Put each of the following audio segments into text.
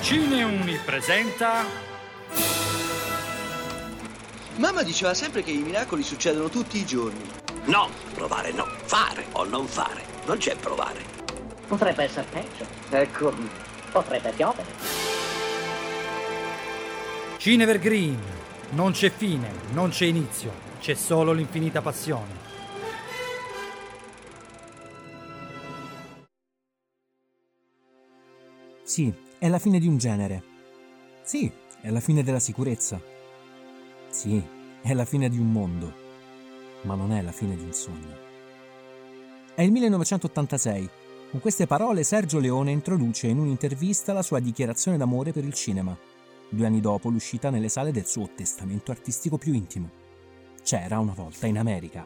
Cineuni presenta... Mamma diceva sempre che i miracoli succedono tutti i giorni. No, provare no. Fare o non fare. Non c'è provare. Potrebbe essere peggio. Ecco, potrebbe piovere. Cinevergreen. Non c'è fine, non c'è inizio. C'è solo l'infinita passione. Sì, è la fine di un genere. Sì, è la fine della sicurezza. Sì, è la fine di un mondo. Ma non è la fine di un sogno. È il 1986. Con queste parole Sergio Leone introduce in un'intervista la sua dichiarazione d'amore per il cinema, 2 anni dopo l'uscita nelle sale del suo testamento artistico più intimo. C'era una volta in America.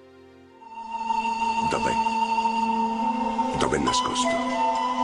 Dov'è? Dov'è nascosto?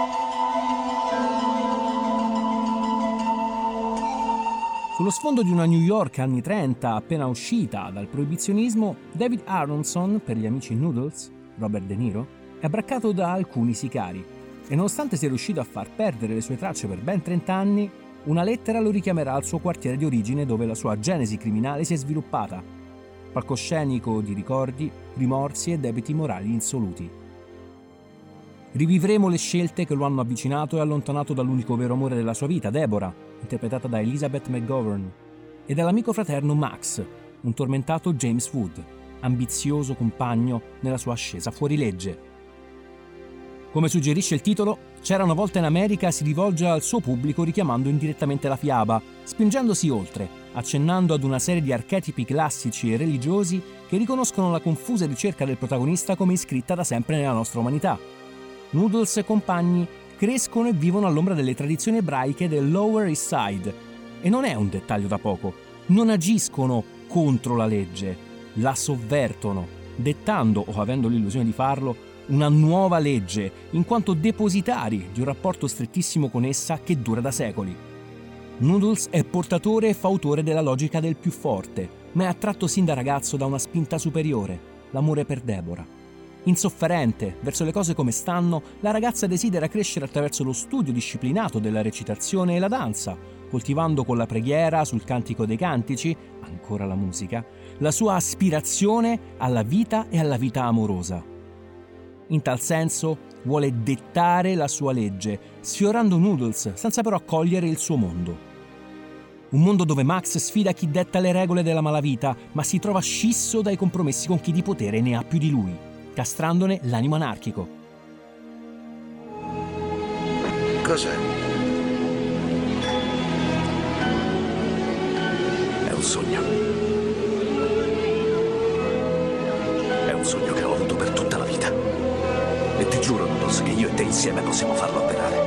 Sullo sfondo di una New York anni 30 appena uscita dal proibizionismo, David Aronson, per gli amici Noodles, Robert De Niro, è abbraccato da alcuni sicari e nonostante sia riuscito a far perdere le sue tracce per ben 30 anni, una lettera lo richiamerà al suo quartiere di origine dove la sua genesi criminale si è sviluppata. Palcoscenico di ricordi, rimorsi e debiti morali insoluti. Rivivremo le scelte che lo hanno avvicinato e allontanato dall'unico vero amore della sua vita, Deborah, interpretata da Elizabeth McGovern, e dall'amico fraterno Max, un tormentato James Wood, ambizioso compagno nella sua ascesa fuori legge. Come suggerisce il titolo, C'era una volta in America si rivolge al suo pubblico richiamando indirettamente la fiaba, spingendosi oltre, accennando ad una serie di archetipi classici e religiosi che riconoscono la confusa ricerca del protagonista come iscritta da sempre nella nostra umanità. Noodles e compagni crescono e vivono all'ombra delle tradizioni ebraiche del Lower East Side. E non è un dettaglio da poco. Non agiscono contro la legge, la sovvertono, dettando, o avendo l'illusione di farlo, una nuova legge, in quanto depositari di un rapporto strettissimo con essa che dura da secoli. Noodles è portatore e fautore della logica del più forte, ma è attratto sin da ragazzo da una spinta superiore, l'amore per Deborah. Insofferente verso le cose come stanno, la ragazza desidera crescere attraverso lo studio disciplinato della recitazione e la danza, coltivando con la preghiera sul Cantico dei Cantici, ancora la musica, la sua aspirazione alla vita e alla vita amorosa. In tal senso vuole dettare la sua legge, sfiorando Noodles senza però accogliere il suo mondo. Un mondo dove Max sfida chi detta le regole della malavita, ma si trova scisso dai compromessi con chi di potere ne ha più di lui, castrandone l'animo anarchico. Cos'è? È un sogno. È un sogno che ho avuto per tutta la vita. E ti giuro, Noodles, che io e te insieme possiamo farlo avverare.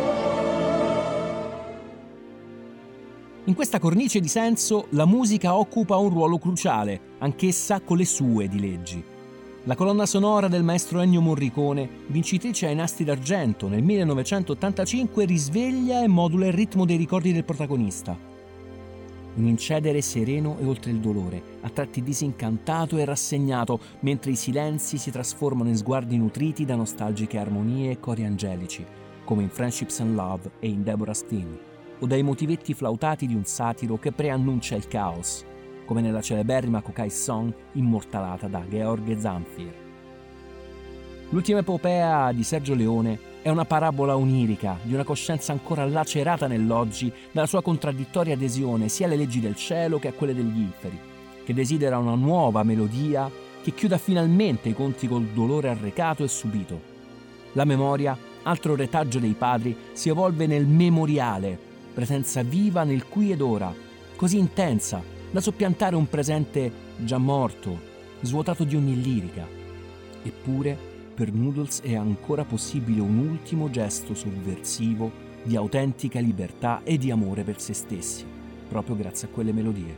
In questa cornice di senso, la musica occupa un ruolo cruciale, anch'essa con le sue di leggi. La colonna sonora del maestro Ennio Morricone, vincitrice ai Nastri d'Argento nel 1985, risveglia e modula il ritmo dei ricordi del protagonista. Un incedere sereno e oltre il dolore, a tratti disincantato e rassegnato, mentre i silenzi si trasformano in sguardi nutriti da nostalgiche armonie e cori angelici, come in Friendships and Love e in Deborah's Theme, o dai motivetti flautati di un satiro che preannuncia il caos, come nella celeberrima Kokai Song immortalata da George Zamfir. L'ultima epopea di Sergio Leone è una parabola onirica di una coscienza ancora lacerata nell'oggi dalla sua contraddittoria adesione sia alle leggi del cielo che a quelle degli inferi, che desidera una nuova melodia che chiuda finalmente i conti col dolore arrecato e subito. La memoria, altro retaggio dei padri, si evolve nel memoriale, presenza viva nel qui ed ora, così intensa da soppiantare un presente già morto, svuotato di ogni lirica. Eppure, per Noodles è ancora possibile un ultimo gesto sovversivo di autentica libertà e di amore per se stessi, proprio grazie a quelle melodie.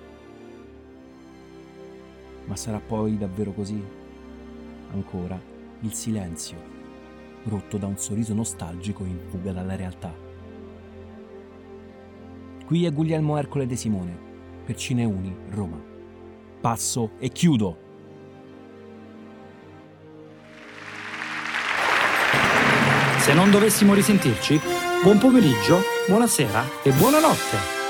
Ma sarà poi davvero così? Ancora il silenzio, rotto da un sorriso nostalgico in fuga dalla realtà. Qui è Guglielmo Ercole De Simone, per Cineuni, Roma. Passo e chiudo! Se non dovessimo risentirci, buon pomeriggio, buonasera e buonanotte.